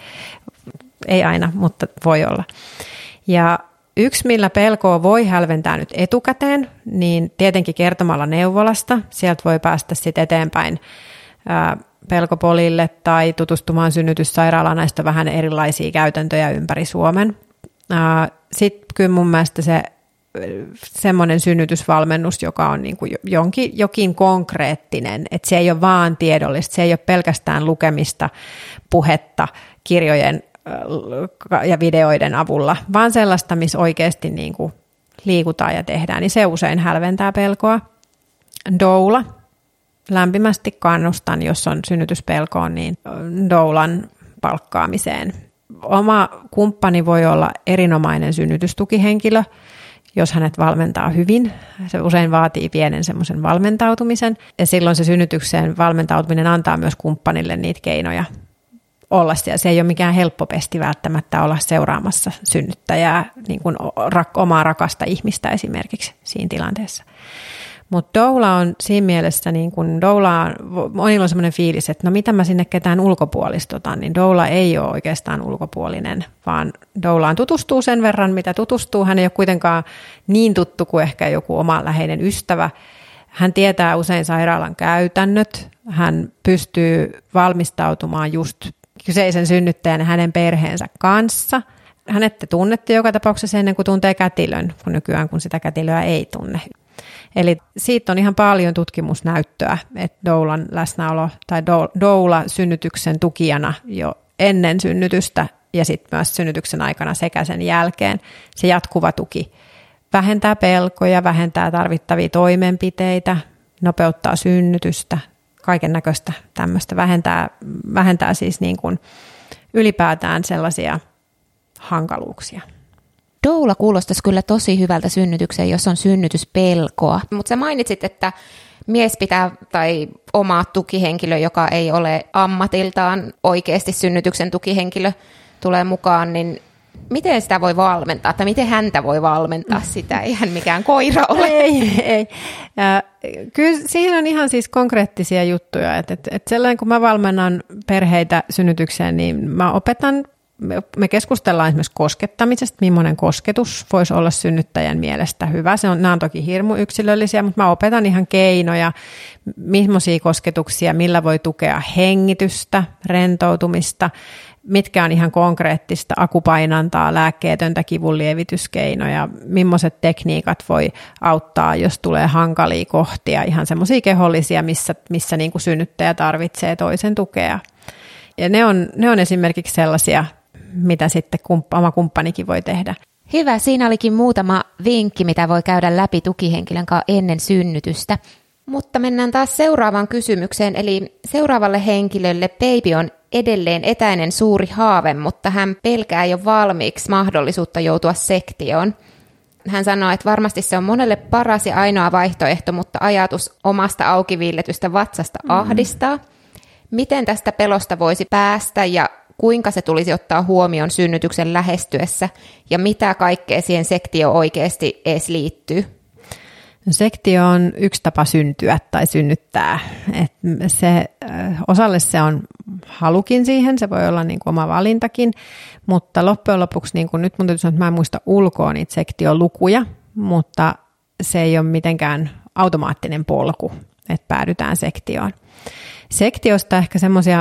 ei aina, mutta voi olla. Ja yksi, millä pelkoa voi hälventää nyt etukäteen, niin tietenkin kertomalla neuvolasta. Sieltä voi päästä sitten eteenpäin pelkopolille tai tutustumaan synnytyssairaalaan. Näistä on vähän erilaisia käytäntöjä ympäri Suomen. Sitten kyllä mun mielestä se semmoinen synnytysvalmennus, joka on niin kuin jokin konkreettinen, että se ei ole vaan tiedollista, se ei ole pelkästään lukemista, puhetta, kirjojen ja videoiden avulla, vaan sellaista, missä oikeasti niin kuin liikutaan ja tehdään, niin se usein hälventää pelkoa. Doula. Lämpimästi kannustan, jos on synnytyspelkoon, niin doulan palkkaamiseen. Oma kumppani voi olla erinomainen synnytystukihenkilö, jos hänet valmentaa hyvin. Se usein vaatii pienen semmoisen valmentautumisen, ja silloin se synnytykseen valmentautuminen antaa myös kumppanille niitä keinoja olla siellä. Se ei ole mikään helppo pesti välttämättä olla seuraamassa synnyttäjää, niin kuin omaa rakasta ihmistä esimerkiksi siinä tilanteessa. Mutta doula on siinä mielessä, niin kun monilla on sellainen fiilis, että no mitä mä sinne ketään ulkopuolistutan, niin doula ei ole oikeastaan ulkopuolinen, vaan doulaan tutustuu sen verran, mitä tutustuu. Hän ei ole kuitenkaan niin tuttu kuin ehkä joku oma läheinen ystävä. Hän tietää usein sairaalan käytännöt, hän pystyy valmistautumaan just kyseisen synnyttäjän ja hänen perheensä kanssa. Hänet te tunnette joka tapauksessa ennen kuin tuntee kätilön, kun nykyään kun sitä kätilöä ei tunne. Eli siitä on ihan paljon tutkimusnäyttöä, että doulan läsnäolo tai doula synnytyksen tukijana jo ennen synnytystä ja sitten myös synnytyksen aikana sekä sen jälkeen se jatkuva tuki vähentää pelkoja, vähentää tarvittavia toimenpiteitä, nopeuttaa synnytystä, kaiken näköistä tämmöistä, vähentää siis niin kuin ylipäätään sellaisia hankaluuksia. Doula kuulostaisi kyllä tosi hyvältä synnytykseen, jos on synnytyspelkoa. Mutta sä mainitsit, että mies pitää tai oma tukihenkilö, joka ei ole ammatiltaan oikeasti synnytyksen tukihenkilö, tulee mukaan, niin miten sitä voi valmentaa, tai miten häntä voi valmentaa sitä? Ei hän mikään koira ole. Ei. Kyllä siihen on ihan siis konkreettisia juttuja. Että sellainen, kun mä valmennan perheitä synnytykseen, niin mä opetan. Me keskustellaan esimerkiksi koskettamisesta, millainen kosketus voisi olla synnyttäjän mielestä hyvä. Nämä on toki hirmu yksilöllisiä, mutta mä opetan ihan keinoja, millaisia kosketuksia, millä voi tukea hengitystä, rentoutumista, mitkä on ihan konkreettista akupainantaa, lääkkeetöntä kivunlievityskeinoja, millaiset tekniikat voi auttaa, jos tulee hankalia kohtia, ihan semmoisia kehollisia, missä niin kuin synnyttäjä tarvitsee toisen tukea. Ja ne on esimerkiksi sellaisia, mitä sitten oma kumppanikin voi tehdä. Hyvä, siinä olikin muutama vinkki, mitä voi käydä läpi tukihenkilön kanssa ennen synnytystä. Mutta mennään taas seuraavaan kysymykseen, eli seuraavalle henkilölle baby on edelleen etäinen suuri haave, mutta hän pelkää jo valmiiksi mahdollisuutta joutua sektioon. Hän sanoo, että varmasti se on monelle paras ja ainoa vaihtoehto, mutta ajatus omasta auki viilletystä vatsasta ahdistaa. Miten tästä pelosta voisi päästä ja kuinka se tulisi ottaa huomioon synnytyksen lähestyessä ja mitä kaikkea siihen sektioon oikeasti edes liittyy? Sektio on yksi tapa syntyä tai synnyttää. Osalle se on halukin siihen, se voi olla niin kuin oma valintakin, mutta loppujen lopuksi, niin kuin nyt mun täytyy sanoa, että mä en muista ulkoa niitä sektiolukuja, mutta se ei ole mitenkään automaattinen polku, että päädytään sektioon. Sektiosta ehkä semmoisia,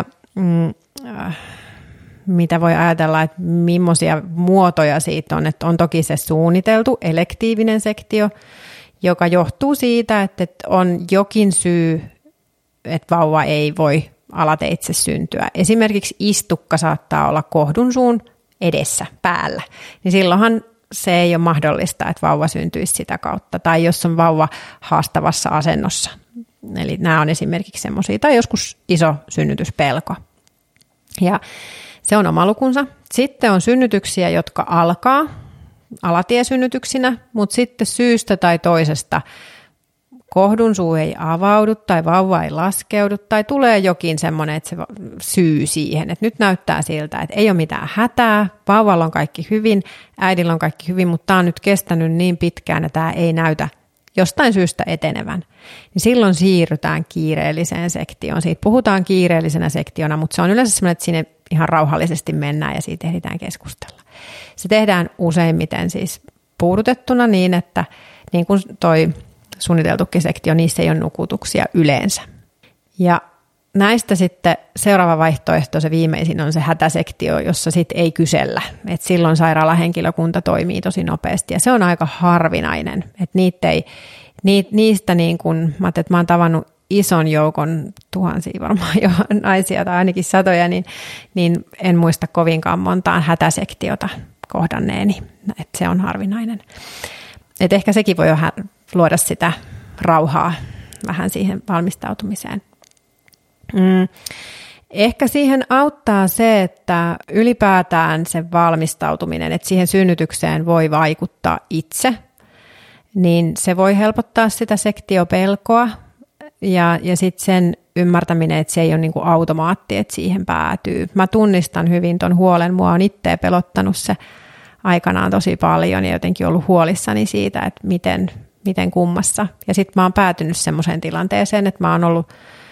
mitä voi ajatella, että millaisia muotoja siitä on, että on toki se suunniteltu elektiivinen sektio, joka johtuu siitä, että on jokin syy, että vauva ei voi alateitse syntyä. Esimerkiksi istukka saattaa olla kohdunsuun edessä, päällä, niin silloinhan se ei ole mahdollista, että vauva syntyisi sitä kautta, tai jos on vauva haastavassa asennossa. Eli nämä on esimerkiksi semmoisia, tai joskus iso synnytyspelko. Ja se on oma lukunsa. Sitten on synnytyksiä, jotka alkaa alatiesynnytyksinä, mutta sitten syystä tai toisesta kohdunsuu ei avaudu tai vauva ei laskeudu tai tulee jokin semmoinen, että se syy siihen, että nyt näyttää siltä, että ei ole mitään hätää, vauvalla on kaikki hyvin, äidillä on kaikki hyvin, mutta tämä on nyt kestänyt niin pitkään ja tämä ei näytä jostain syystä etenevän, niin silloin siirrytään kiireelliseen sektioon. Siitä puhutaan kiireellisenä sektiona, mutta se on yleensä sellainen, että sinne ihan rauhallisesti mennään ja siitä ehditään keskustella. Se tehdään useimmiten siis puudutettuna niin, että niin kuin toi suunniteltukin sektio, niissä ei ole nukutuksia yleensä. Ja näistä sitten seuraava vaihtoehto, se viimeisin on se hätäsektio, jossa sitten ei kysellä. Et silloin sairaalahenkilökunta toimii tosi nopeasti ja se on aika harvinainen. Et niistä niin kun, mä oon tavannut ison joukon, tuhansia varmaan jo naisia tai ainakin satoja, niin en muista kovinkaan montaa hätäsektiota kohdanneeni. Et se on harvinainen. Et ehkä sekin voi vähän luoda sitä rauhaa vähän siihen valmistautumiseen. Ehkä siihen auttaa se, että ylipäätään se valmistautuminen, että siihen synnytykseen voi vaikuttaa itse, niin se voi helpottaa sitä sektiopelkoa ja sitten sen ymmärtäminen, että se ei ole niin kuin automaatti, että siihen päätyy. Mä tunnistan hyvin ton huolen. Mua on itse pelottanut se aikanaan tosi paljon ja jotenkin ollut huolissani siitä, että miten kummassa. Ja sitten mä oon päätynyt semmoiseen tilanteeseen, että mä oon ollut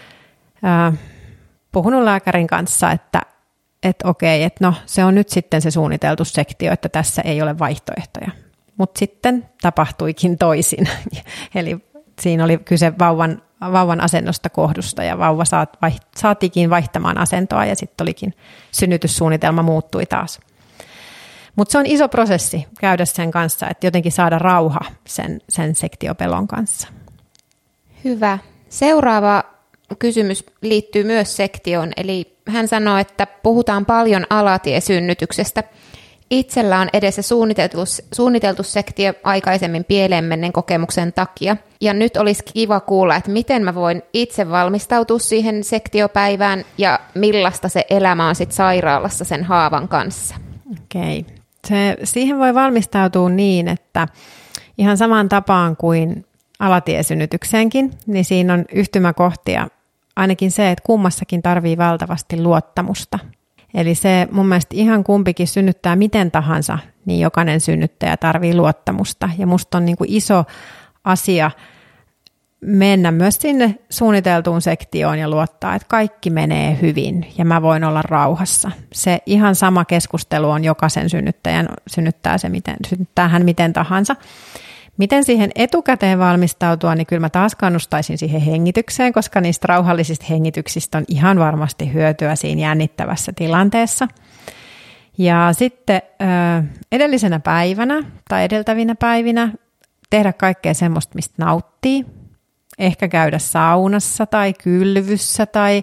puhunut lääkärin kanssa, että okei, että no se on nyt sitten se suunniteltu sektio, että tässä ei ole vaihtoehtoja. Mutta sitten tapahtuikin toisin. Eli siinä oli kyse vauvan asennosta, kohdusta ja vauva saatiinkin vaihtamaan asentoa ja sitten olikin synnytyssuunnitelma muuttui taas. Mutta se on iso prosessi käydä sen kanssa, että jotenkin saada rauha sen sektiopelon kanssa. Hyvä. Seuraava kysymys liittyy myös sektioon, eli hän sanoo, että puhutaan paljon alatiesynnytyksestä. Itsellä on edessä suunniteltu sektio aikaisemmin pieleen menneen kokemuksen takia. Ja nyt olisi kiva kuulla, että miten mä voin itse valmistautua siihen sektiopäivään ja millaista se elämä on sitten sairaalassa sen haavan kanssa. Okei. Siihen voi valmistautua niin, että ihan samaan tapaan kuin alatiesynnytykseenkin, niin siinä on yhtymäkohtia. Ainakin se, että kummassakin tarvii valtavasti luottamusta. Eli se mun mielestä ihan kumpikin synnyttää miten tahansa, niin jokainen synnyttäjä tarvii luottamusta. Ja musta on niin kuin iso asia mennä myös sinne suunniteltuun sektioon ja luottaa, että kaikki menee hyvin ja mä voin olla rauhassa. Se ihan sama keskustelu on jokaisen synnyttäjän, synnyttää hän miten tahansa. Miten siihen etukäteen valmistautua, niin kyllä mä taas kannustaisin siihen hengitykseen, koska niistä rauhallisista hengityksistä on ihan varmasti hyötyä siinä jännittävässä tilanteessa. Ja sitten edellisenä päivänä tai edeltävinä päivinä tehdä kaikkea semmoista, mistä nauttii. Ehkä käydä saunassa tai kylvyssä tai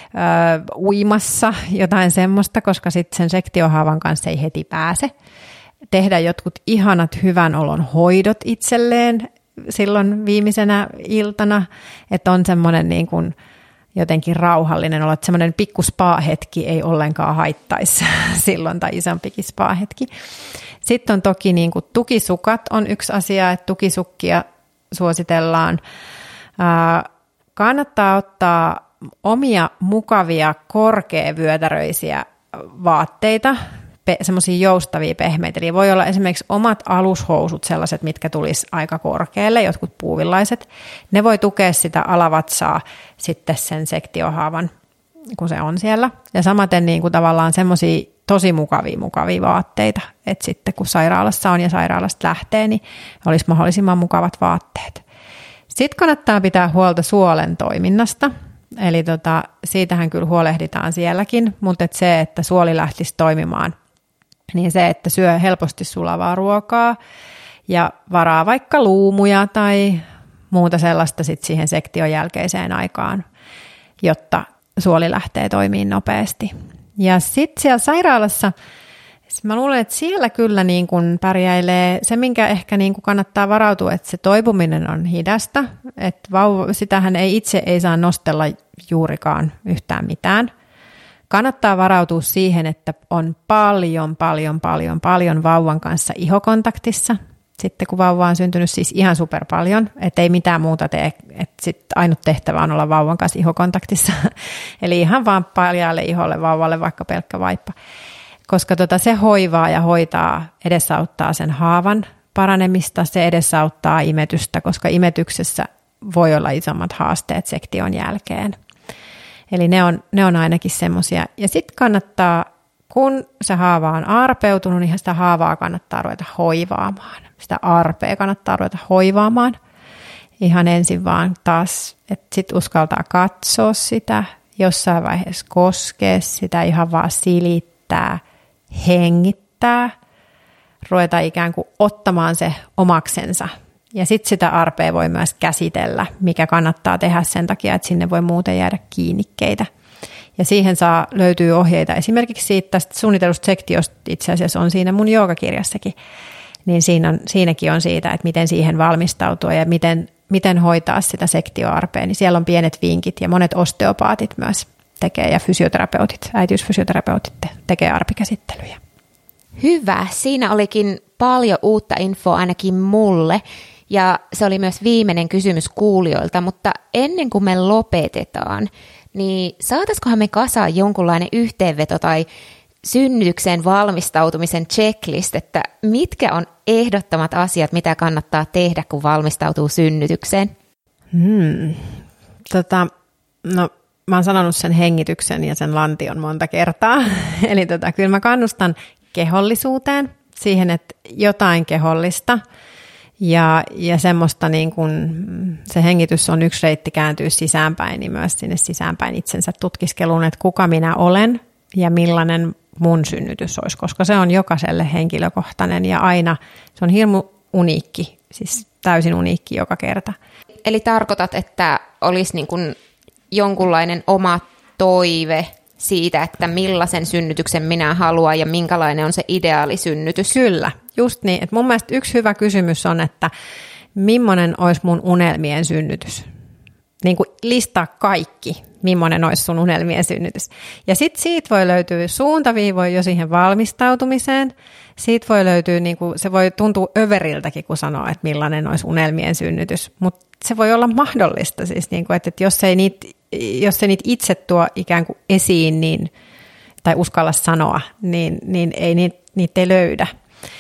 uimassa, jotain semmoista, koska sitten sen sektiohaavan kanssa ei heti pääse. Tehdä jotkut ihanat hyvän olon hoidot itselleen silloin viimeisenä iltana, että on semmoinen niin kuin jotenkin rauhallinen olo, että semmoinen pikku spa-hetki ei ollenkaan haittaisi silloin tai isompikin spa-hetki. Sitten on toki niin kuin tukisukat on yksi asia, että tukisukkia suositellaan. Kannattaa ottaa omia mukavia korkeavyötäröisiä vaatteita, semmoisia joustavia pehmeitä. Eli voi olla esimerkiksi omat alushousut, sellaiset, mitkä tulisi aika korkealle, jotkut puuvillaiset. Ne voi tukea sitä alavatsaa sitten sen sektiohaavan, kun se on siellä. Ja samaten niin kuin tavallaan semmoisia tosi mukavia vaatteita, että sitten kun sairaalassa on ja sairaalasta lähtee, niin olisi mahdollisimman mukavat vaatteet. Sitten kannattaa pitää huolta suolen toiminnasta. Eli siitähän kyllä huolehditaan sielläkin, mutta se, että suoli lähtisi toimimaan, niin se, että syö helposti sulavaa ruokaa ja varaa vaikka luumuja tai muuta sellaista sit siihen sektion jälkeiseen aikaan, jotta suoli lähtee toimimaan nopeasti. Ja sitten siellä sairaalassa, mä luulen, että siellä kyllä niin kun pärjäilee se, minkä ehkä niin kun kannattaa varautua, että se toipuminen on hidasta, että sitähän ei saa nostella juurikaan yhtään mitään. Kannattaa varautua siihen, että on paljon vauvan kanssa ihokontaktissa. Sitten kun vauva on syntynyt siis ihan super paljon, että ei mitään muuta tee, että sitten ainut tehtävä on olla vauvan kanssa ihokontaktissa. Eli ihan vaan paljaalle iholle vauvalle vaikka pelkkä vaippa. Koska se hoivaa ja hoitaa, edesauttaa sen haavan paranemista, se edesauttaa imetystä, koska imetyksessä voi olla isommat haasteet sektion jälkeen. Eli ne on ainakin semmoisia. Ja sitten kannattaa, kun se haava on arpeutunut, niin sitä haavaa kannattaa ruveta hoivaamaan. Sitä arpea kannattaa ruveta hoivaamaan. Ihan ensin vaan taas, että sitten uskaltaa katsoa sitä, jossain vaiheessa koskea sitä, ihan vaan silittää, hengittää, ruveta ikään kuin ottamaan se omaksensa. Ja sitten sitä arpea voi myös käsitellä, mikä kannattaa tehdä sen takia, että sinne voi muuten jäädä kiinnikkeitä. Ja siihen löytyy ohjeita esimerkiksi siitä tästä suunnitelusta sektiosta, itse asiassa on siinä mun joogakirjassakin, niin siinäkin on siitä, että miten siihen valmistautua ja miten hoitaa sitä sektioarpea. Niin siellä on pienet vinkit ja monet osteopaatit myös tekee ja fysioterapeutit, äitiysfysioterapeutit tekee arpikäsittelyjä. Hyvä, siinä olikin paljon uutta infoa ainakin mulle. Ja se oli myös viimeinen kysymys kuulijoilta, mutta ennen kuin me lopetetaan, niin saataisikohan me kasaan jonkunlainen yhteenveto tai synnytykseen valmistautumisen checklist, että mitkä on ehdottomat asiat, mitä kannattaa tehdä, kun valmistautuu synnytykseen? No, mä oon sanonut sen hengityksen ja sen lantion monta kertaa. Eli kyllä mä kannustan kehollisuuteen, siihen, että jotain kehollista ja semmoista niin kuin se hengitys on yksi reitti kääntyä sisäänpäin, niin myös sinne sisäänpäin itsensä tutkiskeluun, että kuka minä olen ja millainen mun synnytys olisi, koska se on jokaiselle henkilökohtainen ja aina se on hirmu uniikki, siis täysin uniikki joka kerta. Eli tarkoitat, että olisi niin kuin jonkunlainen oma toive siitä, että millaisen synnytyksen minä haluan ja minkälainen on se ideaali synnytys? Kyllä, just niin. Että mun mielestä yksi hyvä kysymys on, että millainen olisi mun unelmien synnytys? Niin kuin listaa kaikki, millainen olisi sun unelmien synnytys. Ja sitten siitä voi löytyä suuntaviivoja jo siihen valmistautumiseen. Siitä voi löytyä, niin kuin, se voi tuntua överiltäkin, kun sanoo, että millainen olisi unelmien synnytys. Mutta se voi olla mahdollista siis, niin kuin, että jos ei niitä itse tuo ikään kuin esiin niin, tai uskalla sanoa, niin ei niitä ei löydä.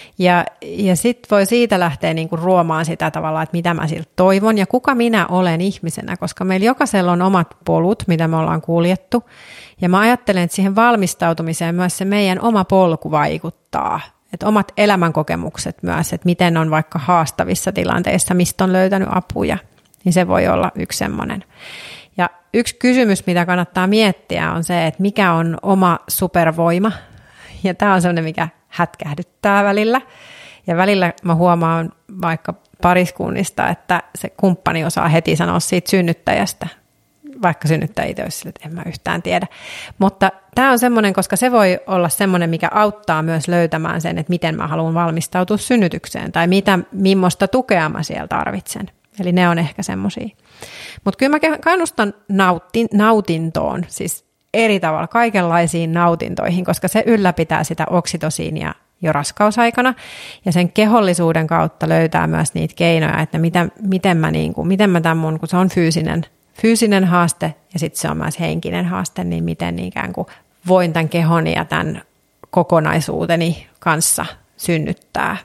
Ja sitten voi siitä lähteä niinku ruomaan sitä tavallaan, että mitä mä siltä toivon ja kuka minä olen ihmisenä, koska meillä jokaisella on omat polut, mitä me ollaan kuljettu. Ja mä ajattelen, että siihen valmistautumiseen myös se meidän oma polku vaikuttaa. Että omat elämänkokemukset myös, että miten on vaikka haastavissa tilanteissa, mistä on löytänyt apuja, niin se voi olla yksi semmoinen. Ja yksi kysymys, mitä kannattaa miettiä, on se, että mikä on oma supervoima. Ja tämä on semmoinen, mikä hätkähdyttää välillä. Ja välillä mä huomaan vaikka pariskunnista, että se kumppani osaa heti sanoa siitä synnyttäjästä, vaikka synnyttäjä itse olisi sille, että en mä yhtään tiedä. Mutta tämä on semmoinen, koska se voi olla semmoinen, mikä auttaa myös löytämään sen, että miten mä haluan valmistautua synnytykseen tai millaista tukea mä siellä tarvitsen. Eli ne on ehkä semmoisia. Mutta kyllä mä kannustan nautintoon, siis eri tavalla kaikenlaisiin nautintoihin, koska se ylläpitää sitä oksitosiinia jo raskausaikana. Ja sen kehollisuuden kautta löytää myös niitä keinoja, että miten mä tämän mun, kun se on fyysinen haaste ja sitten se on myös henkinen haaste, niin miten ikään kuin voin tämän kehoni ja tämän kokonaisuuteni kanssa synnyttää.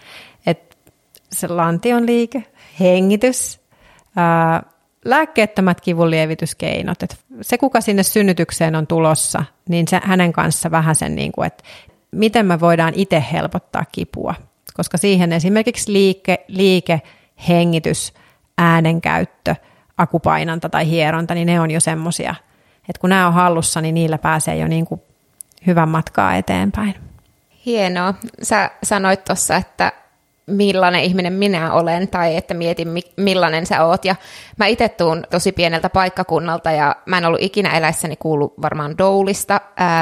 Et se lantion liike, hengitys, lääkkeettömät kivunlievityskeinot. Et se, kuka sinne synnytykseen on tulossa, niin se hänen kanssa vähän sen, niin kuin, että miten me voidaan itse helpottaa kipua. Koska siihen esimerkiksi liike, hengitys, äänenkäyttö, akupainanta tai hieronta, niin ne on jo semmoisia, että kun nämä on hallussa, niin niillä pääsee jo niin kuin hyvän matkaa eteenpäin. Hienoa. Sä sanoit tuossa, että millainen ihminen minä olen tai että mietin millainen sä oot. Ja mä itse tuun tosi pieneltä paikkakunnalta ja mä en ollut ikinä eläessäni kuullut varmaan doulista.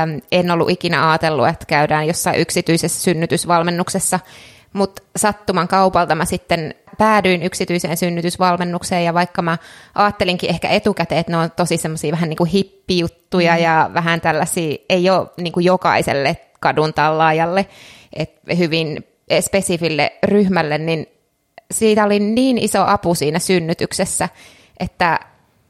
En ollut ikinä ajatellut, että käydään jossain yksityisessä synnytysvalmennuksessa, mutta sattuman kaupalta mä sitten päädyin yksityiseen synnytysvalmennukseen ja vaikka mä ajattelinkin ehkä etukäteen, että ne on tosi semmoisia vähän niin kuin hippijuttuja ja vähän tällaisia, ei ole niin kuin jokaiselle kadun tallaajalle, että hyvin spesifille ryhmälle, niin siitä oli niin iso apu siinä synnytyksessä, että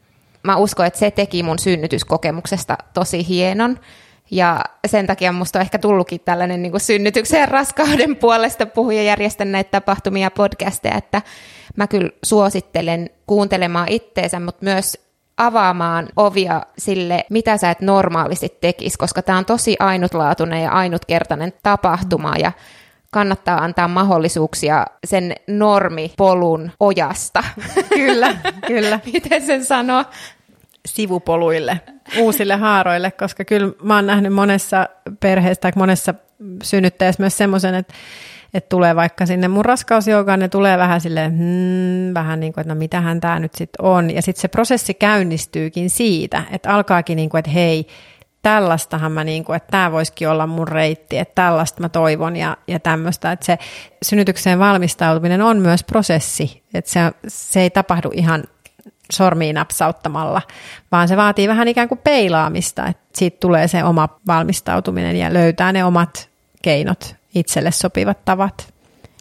mä uskon, että se teki mun synnytyskokemuksesta tosi hienon. Ja sen takia musta on ehkä tullutkin tällainen niin kuin synnytyksen ja raskauden puolesta puhuja, järjestän näitä tapahtumia ja podcasteja, että mä kyllä suosittelen kuuntelemaan itteensä, mutta myös avaamaan ovia sille, mitä sä et normaalisti tekisi, koska tämä on tosi ainutlaatuinen ja ainutkertainen tapahtuma ja kannattaa antaa mahdollisuuksia sen normipolun ojasta. Kyllä, kyllä. Miten sen sanoo? Sivupoluille, uusille haaroille, koska kyllä mä oon nähnyt monessa perheessä tai monessa synnyttäjässä myös semmoisen, että tulee vaikka sinne mun raskausjoogaan, ne tulee vähän silleen, vähän niin kuin, että no mitähän tämä nyt sitten on. Ja sitten se prosessi käynnistyykin siitä, että alkaakin niin kuin, että hei, tällaistahan mä niin kuin, että tämä voisikin olla mun reitti, että tällaista mä toivon ja tämmöistä, että se synnytykseen valmistautuminen on myös prosessi, että se ei tapahdu ihan sormiin napsauttamalla, vaan se vaatii vähän ikään kuin peilaamista, että siitä tulee se oma valmistautuminen ja löytää ne omat keinot, itselle sopivat tavat.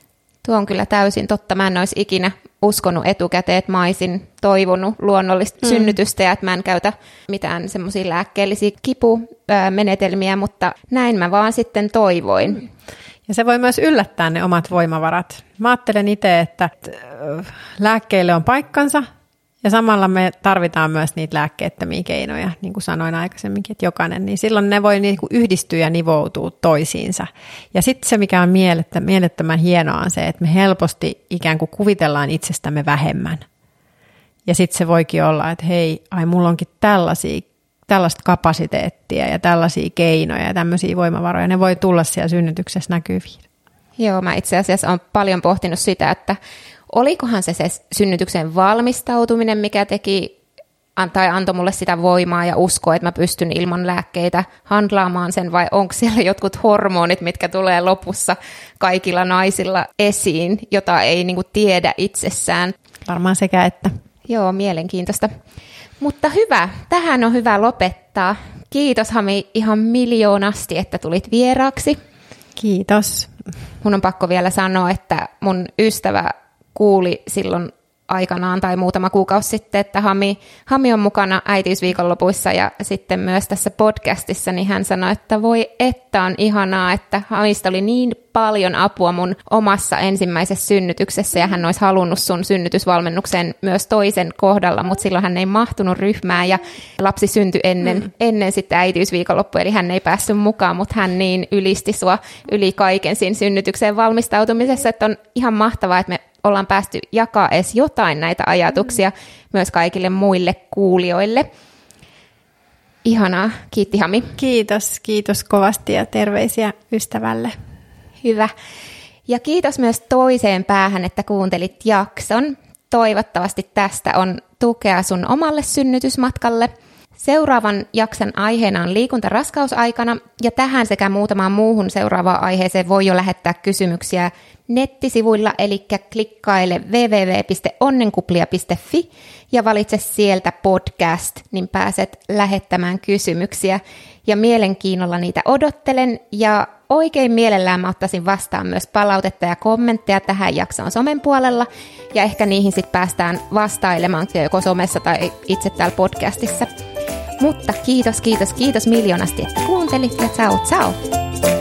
Tuo on kyllä täysin totta. Mä en olisi ikinä uskonut etukäteen, että mä olisin toivonut luonnollista synnytystä ja että mä en käytä mitään semmoisia lääkkeellisiä kipumenetelmiä, mutta näin mä vaan sitten toivoin. Ja se voi myös yllättää ne omat voimavarat. Mä ajattelen itse, että lääkkeille on paikkansa ja samalla me tarvitaan myös niitä lääkkeettömiä keinoja, niin kuin sanoin aikaisemminkin, että jokainen, niin silloin ne voi niinku yhdistyä ja nivoutua toisiinsa. Ja sitten se, mikä on mielettömän hienoa, on se, että me helposti ikään kuin kuvitellaan itsestämme vähemmän. Ja sitten se voikin olla, että hei, mulla onkin tällaista kapasiteettia ja tällaisia keinoja ja tämmöisiä voimavaroja. Ne voi tulla siellä synnytyksessä näkyviin. Joo, mä itse asiassa olen paljon pohtinut sitä, että olikohan se synnytykseen valmistautuminen, mikä antoi mulle sitä voimaa ja uskoa, että mä pystyn ilman lääkkeitä handlaamaan sen, vai onko siellä jotkut hormonit, mitkä tulee lopussa kaikilla naisilla esiin, jota ei niinku tiedä itsessään. Varmaan sekä että. Joo, mielenkiintoista. Mutta hyvä, tähän on hyvä lopettaa. Kiitos Hami ihan miljoonasti, että tulit vieraaksi. Kiitos. Mun on pakko vielä sanoa, että mun ystävä kuuli silloin aikanaan tai muutama kuukausi sitten, että Hami on mukana äitiysviikonlopuissa ja sitten myös tässä podcastissa, niin hän sanoi, että voi että on ihanaa, että Hamista oli niin paljon apua mun omassa ensimmäisessä synnytyksessä ja hän olisi halunnut sun synnytysvalmennukseen myös toisen kohdalla, mutta silloin hän ei mahtunut ryhmään ja lapsi syntyi ennen sitten äitiysviikonloppua, eli hän ei päässyt mukaan, mutta hän niin ylisti sua yli kaiken siinä synnytykseen valmistautumisessa, että on ihan mahtavaa, että me ollaan päästy jakaa edes jotain näitä ajatuksia myös kaikille muille kuulijoille. Ihanaa. Kiitti Hami. Kiitos kovasti ja terveisiä ystävälle. Hyvä. Ja kiitos myös toiseen päähän, että kuuntelit jakson. Toivottavasti tästä on tukea sun omalle synnytysmatkalle. Seuraavan jakson aiheena on liikunta raskausaikana, ja tähän sekä muutamaan muuhun seuraavaan aiheeseen voi jo lähettää kysymyksiä nettisivuilla, eli klikkaile www.onnenkuplia.fi ja valitse sieltä podcast, niin pääset lähettämään kysymyksiä. Ja mielenkiinnolla niitä odottelen, ja oikein mielellään mä ottaisin vastaan myös palautetta ja kommentteja tähän jaksoon somen puolella, ja ehkä niihin sitten päästään vastailemaan joko somessa tai itse täällä podcastissa. Mutta kiitos miljoonasti, että kuuntelit, ja ciao ciao!